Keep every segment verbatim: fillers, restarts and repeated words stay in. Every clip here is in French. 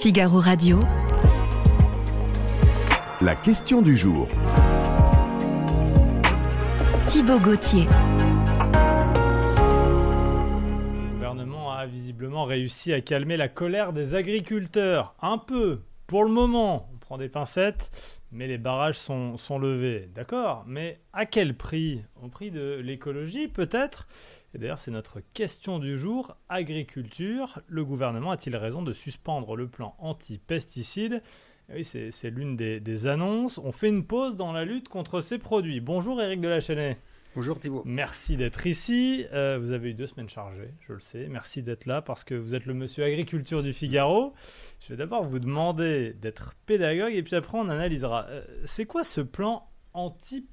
Figaro Radio. La question du jour. Thibaut Gauthier. Le gouvernement a visiblement réussi à calmer la colère des agriculteurs. Un peu, pour le moment. On prend des pincettes, mais les barrages sont, sont levés. D'accord, mais à quel prix ? Au prix de l'écologie, peut-être ? Et d'ailleurs, c'est notre question du jour. Agriculture, le gouvernement a-t-il raison de suspendre le plan anti-pesticides ? Et oui, c'est, c'est l'une des, des annonces. On fait une pause dans la lutte contre ces produits. Bonjour Éric Delachesnais. Bonjour Thibaut. Merci d'être ici. Euh, vous avez eu deux semaines chargées, je le sais. Merci d'être là parce que vous êtes le monsieur agriculture du Figaro. Je vais d'abord vous demander d'être pédagogue et puis après on analysera. Euh, c'est quoi ce plan anti-pesticides ?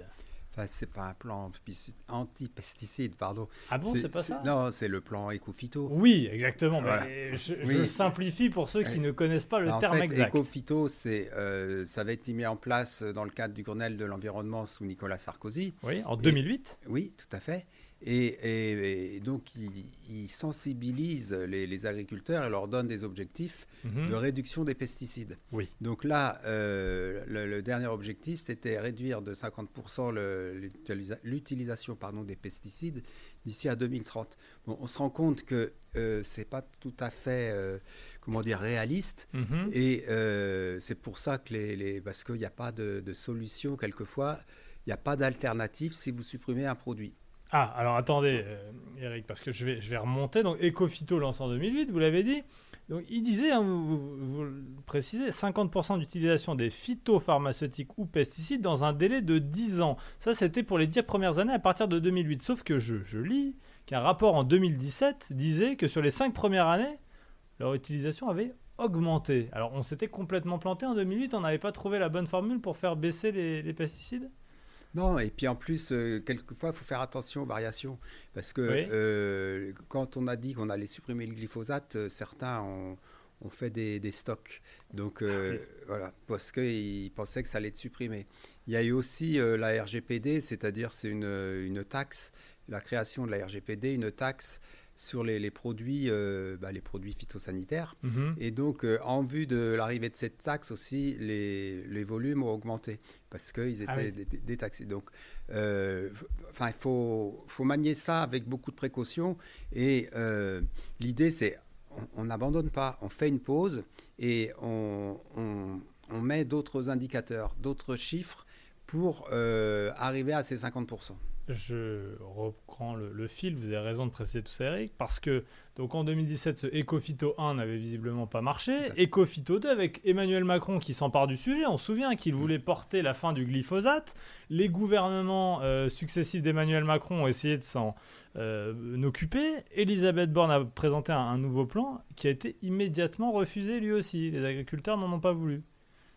Enfin, c'est pas un plan anti-pesticides, pardon. Ah bon, c'est, c'est pas c'est, ça ? Non, c'est le plan Ecophyto. Oui, exactement. Voilà. Mais je, oui. je simplifie pour ceux qui euh, ne connaissent pas le en terme fait, exact. Ecophyto, c'est, euh, ça avait été mis en place dans le cadre du Grenelle de l'environnement sous Nicolas Sarkozy. Oui, en deux mille huit. Et, oui, tout à fait. Et, et, et donc, il, il sensibilise les, les agriculteurs et leur donne des objectifs mmh. de réduction des pesticides. Oui. Donc là, euh, le, le dernier objectif, c'était réduire de cinquante pour cent le, l'utilisa- l'utilisation pardon, des pesticides d'ici à deux mille trente. Bon, on se rend compte que euh, ce n'est pas tout à fait euh, comment dire, réaliste. Mmh. Et euh, c'est pour ça que les, les, parce qu'il n'y a pas de, de solution, quelquefois, il n'y a pas d'alternative si vous supprimez un produit. Ah, alors attendez, euh, Eric, parce que je vais, je vais remonter. Donc, Ecophyto lancé en deux mille huit, vous l'avez dit. Donc, il disait, hein, vous, vous, vous le précisez, cinquante pour cent d'utilisation des phytopharmaceutiques ou pesticides dans un délai de dix ans. Ça, c'était pour les dix premières années à partir de deux mille huit. Sauf que je, je lis qu'un rapport en deux mille dix-sept disait que sur les cinq premières années, leur utilisation avait augmenté. Alors, on s'était complètement planté en deux mille huit. On n'avait pas trouvé la bonne formule pour faire baisser les, les pesticides ? Non, et puis en plus, euh, quelquefois, il faut faire attention aux variations. Parce que oui. euh, quand on a dit qu'on allait supprimer le glyphosate, euh, certains ont, ont fait des, des stocks. Donc, euh, ah oui. voilà, parce qu'ils pensaient que ça allait être supprimé. Il y a eu aussi euh, la R G P D, c'est-à-dire c'est une, une taxe, la création de la R G P D, une taxe sur les, les, produits, euh, bah, les produits phytosanitaires. Mm-hmm. Et donc, euh, en vue de l'arrivée de cette taxe aussi, les, les volumes ont augmenté parce qu'ils étaient ah oui. dé- détaxés. Donc, euh, enfin, il faut, faut manier ça avec beaucoup de précautions. Et euh, l'idée, c'est on n'abandonne pas, on fait une pause et on, on, on met d'autres indicateurs, d'autres chiffres pour euh, arriver à ces cinquante pour cent. Je reprends le, le fil, vous avez raison de préciser tout ça, Eric, parce que donc en deux mille dix-sept, ce Ecophyto un n'avait visiblement pas marché. Ecophyto deux, avec Emmanuel Macron qui s'empare du sujet, on se souvient qu'il voulait porter la fin du glyphosate. Les gouvernements euh, successifs d'Emmanuel Macron ont essayé de s'en euh, occuper. Elisabeth Borne a présenté un, un nouveau plan qui a été immédiatement refusé lui aussi. Les agriculteurs n'en ont pas voulu. Pourquoi ?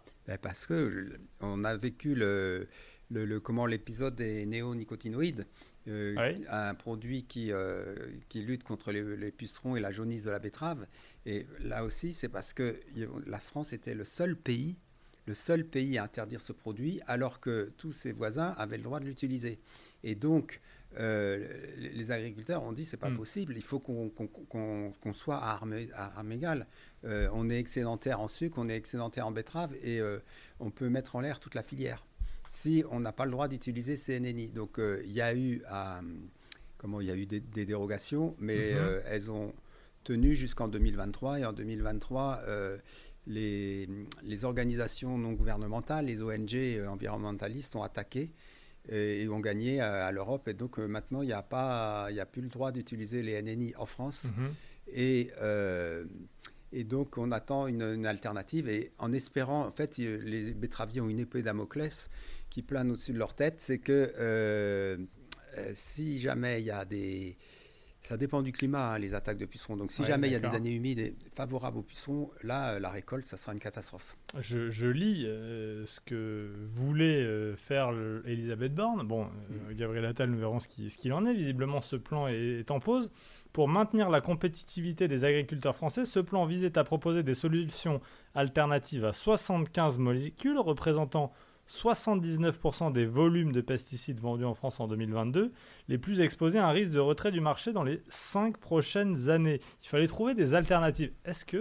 Ben parce qu'on a vécu le... Le, le, comment l'épisode des néonicotinoïdes, euh, oui. un produit qui, euh, qui lutte contre les, les pucerons et la jaunisse de la betterave. Et là aussi, c'est parce que la France était le seul pays, le seul pays à interdire ce produit, alors que tous ses voisins avaient le droit de l'utiliser. Et donc, euh, les agriculteurs ont dit c'est pas mm. possible, il faut qu'on, qu'on, qu'on, qu'on soit à armes, à armes égales. Euh, on est excédentaire en sucre, on est excédentaire en betterave, et euh, on peut mettre en l'air toute la filière si on n'a pas le droit d'utiliser C N N I. Donc, il euh, y a eu, euh, comment, y a eu des, des dérogations, mais mm-hmm. euh, elles ont tenu jusqu'en deux mille vingt-trois. Et en deux mille vingt-trois, euh, les, les organisations non gouvernementales, les O N G euh, environnementalistes ont attaqué et, et ont gagné à, à l'Europe. Et donc, euh, maintenant, il n'y a, a plus le droit d'utiliser les N N I en France. Mm-hmm. Et... Euh, Et donc, on attend une, une alternative. Et en espérant, en fait, les betteraviers ont une épée Damoclès qui plane au-dessus de leur tête. C'est que euh, euh, si jamais il y a des... Ça dépend du climat, hein, les attaques de pucerons. Donc, si ouais, jamais il y a des années humides et favorables aux pucerons, là, la récolte, ça sera une catastrophe. Je, je lis euh, ce que voulait euh, faire le, Elisabeth Borne. Bon, euh, mmh. Gabriel Attal, nous verrons ce, qui, ce qu'il en est. Visiblement, ce plan est, est en pause. Pour maintenir la compétitivité des agriculteurs français, ce plan visait à proposer des solutions alternatives à soixante-quinze molécules, représentant soixante-dix-neuf pour cent des volumes de pesticides vendus en France en deux mille vingt-deux, les plus exposés à un risque de retrait du marché dans les cinq prochaines années. Il fallait trouver des alternatives. Est-ce que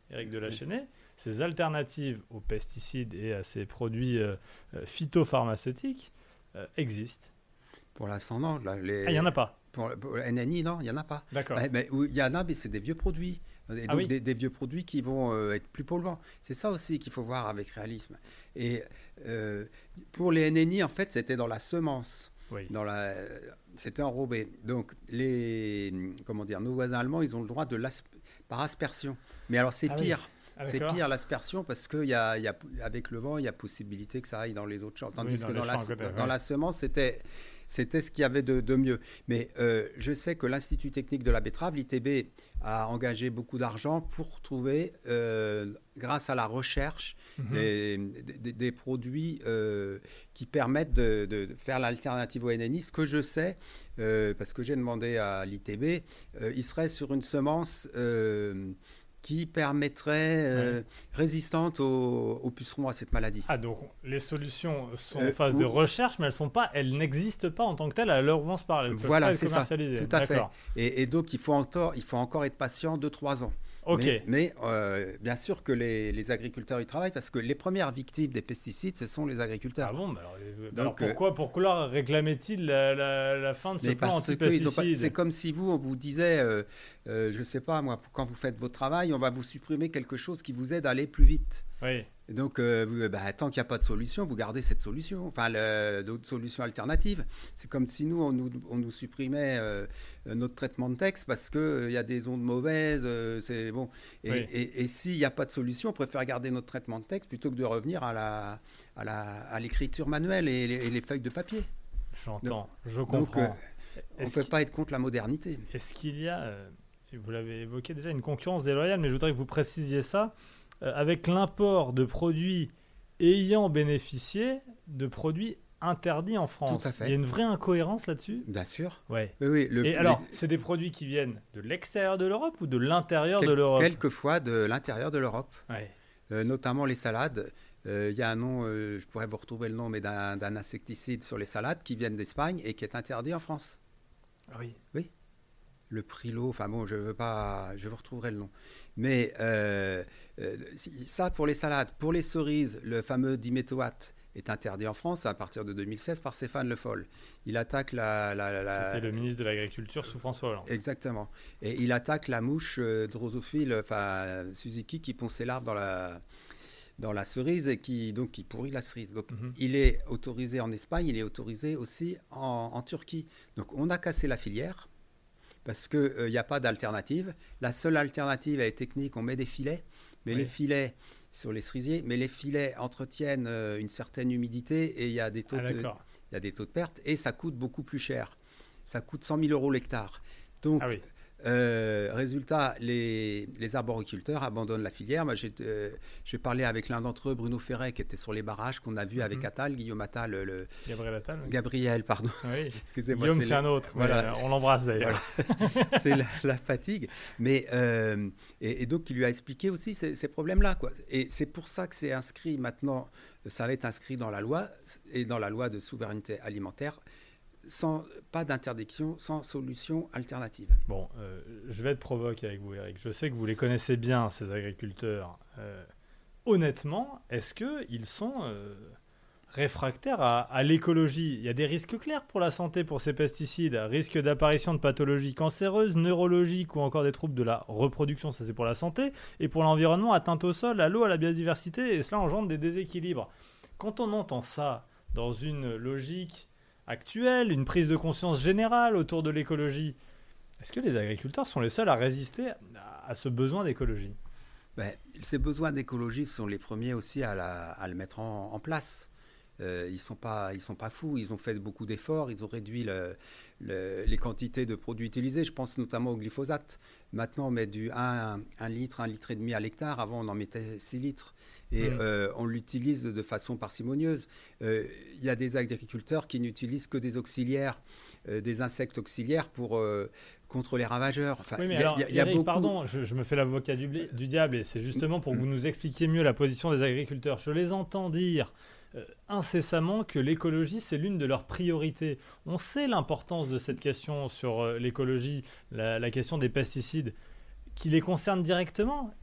Éric Delachesnay, ces alternatives aux pesticides et à ces produits euh, phytopharmaceutiques euh, existent. Pour l'instant, non. Là, les... Ah, il n'y en a pas. Pour, pour N N I, non, il n'y en a pas. D'accord. Ouais, mais il y en a, mais c'est des vieux produits. Et ah donc oui. des, des vieux produits qui vont euh, être plus polluants. C'est ça aussi qu'il faut voir avec réalisme. Et euh, pour les N N I, en fait, c'était dans la semence. Oui. Dans la, c'était enrobé. Donc, les, comment dire, nos voisins allemands, ils ont le droit de l'asp- par aspersion. Mais alors, c'est ah pire. Oui. Ah, c'est pire l'aspersion parce qu'avec le vent, il y a possibilité que ça aille dans les autres champs. Tandis oui, que dans, la, côté, dans ouais. la semence, c'était, c'était ce qu'il y avait de, de mieux. Mais euh, je sais que l'Institut technique de la betterave, l'I T B, a engagé beaucoup d'argent pour trouver, euh, grâce à la recherche, mm-hmm. des, des, des produits euh, qui permettent de, de faire l'alternative au N N I. Ce que je sais, euh, parce que j'ai demandé à l'I T B, euh, il serait sur une semence... Euh, qui permettrait euh, ouais. résistante aux, aux pucerons à cette maladie. Ah, donc les solutions sont euh, en phase ou... de recherche, mais elles sont pas, elles n'existent pas en tant que telles à l'heure où on se parle. Elles peuvent voilà, pas être c'est commercialisées. Ça, tout à D'accord. fait. Et, et donc, il faut, encore, il faut encore être patient deux à trois ans. Ok. Mais, mais euh, bien sûr que les, les agriculteurs y travaillent parce que les premières victimes des pesticides, ce sont les agriculteurs. Ah bon, bah alors, donc, alors pourquoi, pourquoi réclamait-il la, la, la fin de ce plan anti-pesticides ? C'est comme si vous, on vous disait, euh, euh, je ne sais pas moi, quand vous faites votre travail, on va vous supprimer quelque chose qui vous aide à aller plus vite. Oui. Et donc, euh, vous, bah, tant qu'il n'y a pas de solution, vous gardez cette solution, enfin, le, d'autres solutions alternatives. C'est comme si nous, on nous, on nous supprimait euh, notre traitement de texte parce qu'il euh, y a des ondes mauvaises. Euh, c'est, bon. Et, oui. et, et, et s'il n'y a pas de solution, on préfère garder notre traitement de texte plutôt que de revenir à, la, à, la, à l'écriture manuelle et les, et les feuilles de papier. J'entends, donc, je comprends. Donc, euh, on ne peut pas être contre la modernité. Est-ce qu'il y a, euh, vous l'avez évoqué déjà, une concurrence déloyale, mais je voudrais que vous précisiez ça, euh, avec l'import de produits ayant bénéficié de produits interdits en France. Tout à fait. Il y a une vraie incohérence là-dessus ? Bien sûr. Ouais. Oui, oui, le, Et alors, les... c'est des produits qui viennent de l'extérieur de l'Europe ou de l'intérieur Quel, de l'Europe ? Quelquefois de l'intérieur de l'Europe. Ouais. Euh, notamment les salades. Il euh, y a un nom, euh, je pourrais vous retrouver le nom, mais d'un, d'un insecticide sur les salades qui viennent d'Espagne et qui est interdit en France. Ah oui. Oui. Le Prilo, enfin bon, je veux pas, je vous retrouverai le nom. Mais euh, euh, ça pour les salades. Pour les cerises, le fameux diméthoate est interdit en France à partir de deux mille seize par Stéphane Le Foll. Il attaque la... la, la C'était le ministre de l'Agriculture sous François Hollande. Exactement. Et il attaque la mouche euh, drosophile, enfin Suzuki, qui pond ses larves dans la... dans la cerise et qui, donc, qui pourrit la cerise. Donc, mm-hmm. il est autorisé en Espagne, il est autorisé aussi en, en Turquie. Donc, on a cassé la filière parce qu'il n'y euh, a pas d'alternative. La seule alternative, elle est technique, on met des filets, mais oui. les filets sur les cerisiers, mais les filets entretiennent euh, une certaine humidité et il y a des taux ah, de, il y a des taux de perte et ça coûte beaucoup plus cher. Ça coûte cent mille euros l'hectare. Donc, ah oui. Euh, résultat, les, les arboriculteurs abandonnent la filière. Moi, j'ai, euh, j'ai parlé avec l'un d'entre eux, Bruno Ferret, qui était sur les barrages qu'on a vu mm-hmm. avec Attal, Guillaume Attal. Le, Gabriel Attal. Oui. Gabriel, pardon. Oui. Excusez-moi. Guillaume, c'est, c'est un autre. Voilà. On l'embrasse d'ailleurs. Voilà. C'est la, la fatigue. Mais, euh, et, et donc, il lui a expliqué aussi ces, ces problèmes-là, quoi. Et c'est pour ça que c'est inscrit maintenant, ça va être inscrit dans la loi, et dans la loi de souveraineté alimentaire. Sans, pas d'interdiction, sans solution alternative. Bon, euh, je vais être provoque avec vous, Éric. Je sais que vous les connaissez bien, ces agriculteurs. Euh, honnêtement, est-ce qu'ils sont euh, réfractaires à, à l'écologie ? Il y a des risques clairs pour la santé pour ces pesticides. Risque d'apparition de pathologies cancéreuses, neurologiques ou encore des troubles de la reproduction, ça c'est pour la santé. Et pour l'environnement, atteinte au sol, à l'eau, à la biodiversité, et cela engendre des déséquilibres. Quand on entend ça dans une logique actuelle, une prise de conscience générale autour de l'écologie, est-ce que les agriculteurs sont les seuls à résister à, à ce besoin d'écologie ? Ben, ces besoins d'écologie sont les premiers aussi à, la, à le mettre en, en place. Euh, ils ne sont pas, ils sont pas fous, ils ont fait beaucoup d'efforts, ils ont réduit le, le, les quantités de produits utilisés. Je pense notamment au glyphosate. Maintenant, on met du un litre, un litre et demi à l'hectare. Avant, on en mettait six litres. Et mmh. euh, on l'utilise de façon parcimonieuse. Il euh, y a des agriculteurs qui n'utilisent que des auxiliaires, euh, des insectes auxiliaires pour, euh, contre les ravageurs. Enfin, oui, mais y a, alors, y a, y a Éric, beaucoup... pardon, je, je me fais l'avocat du, du diable, et c'est justement pour que vous nous expliquiez mieux la position des agriculteurs. Je les entends dire euh, incessamment que l'écologie, c'est l'une de leurs priorités. On sait l'importance de cette question sur euh, l'écologie, la, la question des pesticides, qui les concerne directement.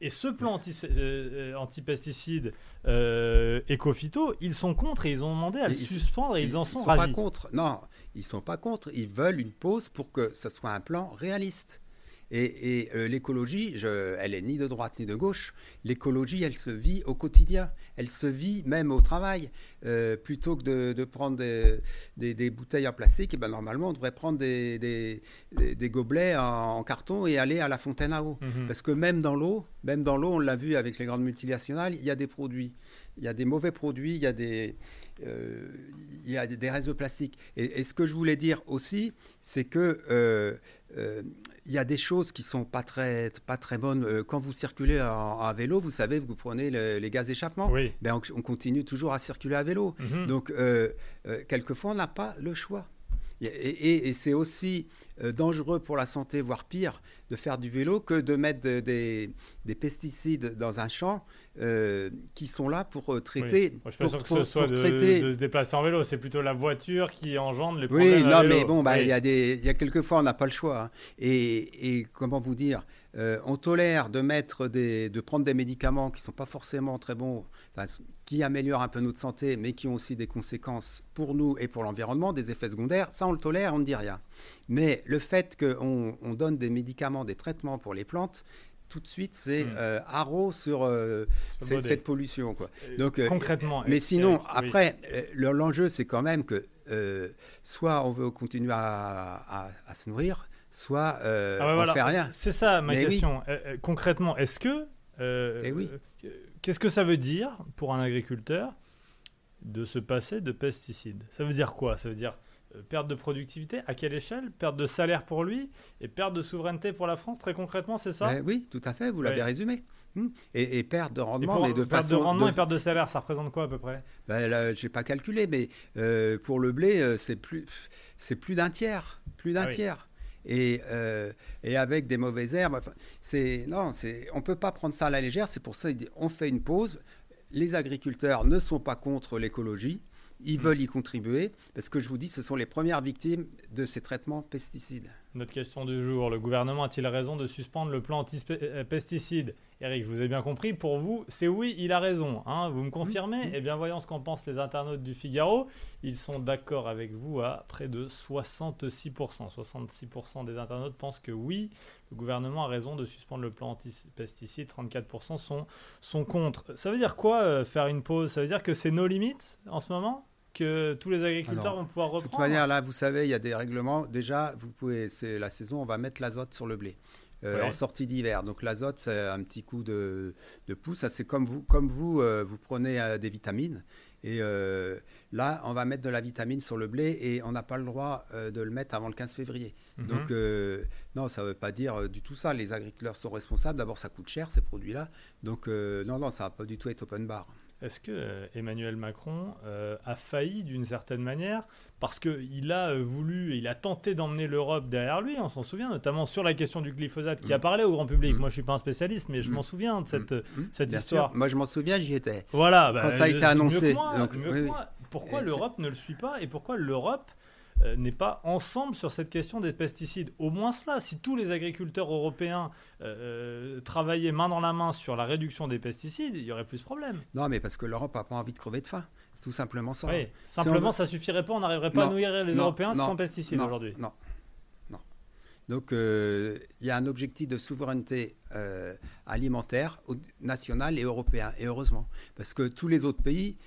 Et ce plan anti, euh, anti-pesticides euh, Ecophyto, ils sont contre et ils ont demandé à le ils, suspendre et ils, ils en sont, sont ravis. Pas contre. Non, ils ne sont pas contre. Ils veulent une pause pour que ce soit un plan réaliste. Et, et euh, l'écologie, je, elle est ni de droite ni de gauche. L'écologie, elle se vit au quotidien. Elle se vit même au travail. Euh, plutôt que de, de prendre des, des, des bouteilles en plastique, et ben normalement, on devrait prendre des, des, des, des gobelets en, en carton et aller à la fontaine à eau. Mm-hmm. Parce que même dans l'eau, même dans l'eau, on l'a vu avec les grandes multinationales, il y a des produits. Il y a des mauvais produits, il y a des, euh, il y a des restes de plastique. Et, et ce que je voulais dire aussi, c'est que euh, euh, il y a des choses qui sont pas très, pas très bonnes. Quand vous circulez en, à vélo, vous savez, vous prenez le, les gaz d'échappement. Oui. Ben, on, on continue toujours à circuler à vélo. Mm-hmm. Donc, euh, euh, quelquefois, on n'a pas le choix. Et, et, et c'est aussi euh, dangereux pour la santé, voire pire, de faire du vélo que de mettre de, des, des pesticides dans un champ euh, qui sont là pour euh, traiter. Oui. Moi, je suis pas pour, sûr que pour, ce soit de, traiter... de se déplacer en vélo. C'est plutôt la voiture qui engendre les problèmes. Oui, non, à vélo. mais bon, bah, oui. il y a des, il y a quelquefois, on n'a pas le choix. Hein. Et, et comment vous dire, euh, on tolère de mettre des, de prendre des médicaments qui sont pas forcément très bons, enfin, qui améliorent un peu notre santé, mais qui ont aussi des conséquences pour nous et pour l'environnement, des effets secondaires. Ça, on le tolère, on ne dit rien. Mais le fait qu'on on donne des médicaments, des traitements pour les plantes, tout de suite, c'est mmh. euh, haro sur euh, cette, cette pollution. Quoi. Donc, euh, concrètement. Mais sinon, Eric, après, oui. euh, l'enjeu, c'est quand même que euh, soit on veut continuer à, à, à se nourrir, soit euh, ah ouais, on ne voilà. fait rien. C'est ça ma mais question. Oui. Euh, concrètement, est-ce que... Euh, eh oui. euh, qu'est-ce que ça veut dire pour un agriculteur de se passer de pesticides? Ça veut dire quoi? Ça veut dire euh, perte de productivité? À quelle échelle? Perte de salaire pour lui? Et perte de souveraineté pour la France? Très concrètement, c'est ça? Ben oui, tout à fait, vous l'avez oui. résumé. Hum. Et, et perte de rendement, et pour, mais de perte façon... de rendement de... et perte de salaire, ça représente quoi à peu près? Ben là, je n'ai pas calculé, mais euh, pour le blé, euh, c'est plus, c'est plus d'un tiers. Plus d'un ah tiers. Oui. Et, euh, et avec des mauvaises herbes. Enfin, c'est, non, c'est, on ne peut pas prendre ça à la légère. C'est pour ça qu'on fait une pause. Les agriculteurs ne sont pas contre l'écologie. Ils mmh. veulent y contribuer. Parce que je vous dis, ce sont les premières victimes de ces traitements pesticides. Notre question du jour. Le gouvernement a-t-il raison de suspendre le plan anti-pesticides? Eric, je vous ai bien compris. Pour vous, c'est oui, il a raison. Hein, vous me confirmez? Mmh. Eh bien, voyons ce qu'en pensent les internautes du Figaro. Ils sont d'accord avec vous à près de soixante-six pour cent. soixante-six pour cent des internautes pensent que oui, le gouvernement a raison de suspendre le plan anti-pesticides. trente-quatre pour cent sont, sont contre. Ça veut dire quoi, euh, faire une pause? Ça veut dire que c'est no limits en ce moment? Que tous les agriculteurs Alors, vont pouvoir reprendre? De toute manière, là, vous savez, il y a des règlements. Déjà, vous pouvez, c'est la saison, on va mettre l'azote sur le blé. Euh, ouais. En sortie d'hiver. Donc l'azote, c'est un petit coup de, de pouce. Ça, c'est comme vous, comme vous, euh, vous prenez euh, des vitamines. Et euh, là, on va mettre de la vitamine sur le blé et on n'a pas le droit euh, de le mettre avant le quinze février. Mm-hmm. Donc, euh, non, ça ne veut pas dire euh, du tout ça. Les agriculteurs sont responsables. D'abord, ça coûte cher, ces produits-là. Donc, euh, non, non, ça ne va pas du tout être open bar. Est-ce que euh, Emmanuel Macron euh, a failli d'une certaine manière parce qu'il a euh, voulu, il a tenté d'emmener l'Europe derrière lui, on s'en souvient, notamment sur la question du glyphosate qui mmh. a parlé au grand public. Mmh. Moi, je ne suis pas un spécialiste, mais je mmh. m'en souviens de cette, mmh. cette histoire. Sûr. Moi, je m'en souviens, j'y étais. Voilà. Bah, Quand ça a été annoncé. Mieux que moi, Donc, mieux oui, que moi. Pourquoi et l'Europe c'est... ne le suit pas et pourquoi l'Europe Euh, n'est pas ensemble sur cette question des pesticides? Au moins cela, si tous les agriculteurs européens euh, travaillaient main dans la main sur la réduction des pesticides, il y aurait plus de problèmes. Non, mais parce que l'Europe n'a pas envie de crever de faim. C'est tout simplement ça. Oui, simplement, si veut... ça suffirait pas, on n'arriverait pas non, à nourrir les non, Européens non, sans pesticides non, aujourd'hui. Non, non. Donc, il euh, y a un objectif de souveraineté euh, alimentaire national et européen, et heureusement. Parce que tous les autres pays,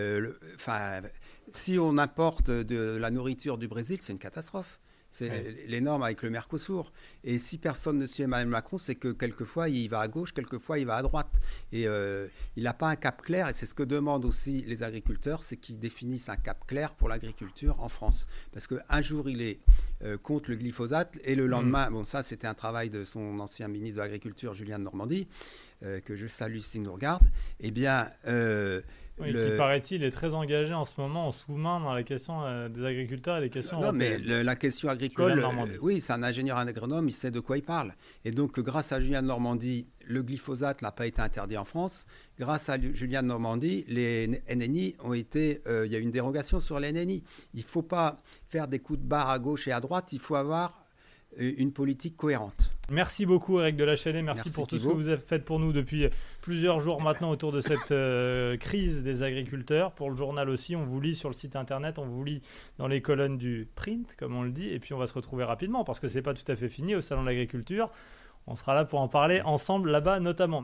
enfin... Euh, si on importe de la nourriture du Brésil, c'est une catastrophe. C'est ouais. les normes avec le Mercosur. Et si personne ne suit Emmanuel Macron, c'est que quelquefois, il va à gauche, quelquefois, il va à droite. Et euh, il n'a pas un cap clair. Et c'est ce que demandent aussi les agriculteurs, c'est qu'ils définissent un cap clair pour l'agriculture en France. Parce qu'un jour, il est euh, contre le glyphosate. Et le lendemain, mmh. bon, ça, c'était un travail de son ancien ministre de l'Agriculture, Julien de Normandie, euh, que je salue s'il nous regarde. Eh bien... Euh, Oui, le... qui, paraît-il, est très engagé en ce moment en sous-main dans la question euh, des agriculteurs et des questions Non, européennes. mais le, la question agricole, euh, oui, c'est un ingénieur agronome, il sait de quoi il parle. Et donc, grâce à Julien de Normandie, le glyphosate n'a pas été interdit en France. Grâce à Julien de Normandie, les N N I ont été... Euh, il y a une dérogation sur les N N I. Il ne faut pas faire des coups de barre à gauche et à droite, il faut avoir... une politique cohérente. Merci beaucoup Eric de la Chênaie, merci, merci pour tout Thibaut. Ce que vous avez fait pour nous depuis plusieurs jours maintenant autour de cette euh, crise des agriculteurs. Pour le journal aussi, on vous lit sur le site internet, on vous lit dans les colonnes du print, comme on le dit, et puis on va se retrouver rapidement parce que c'est pas tout à fait fini au Salon de l'Agriculture. On sera là pour en parler ensemble là-bas notamment.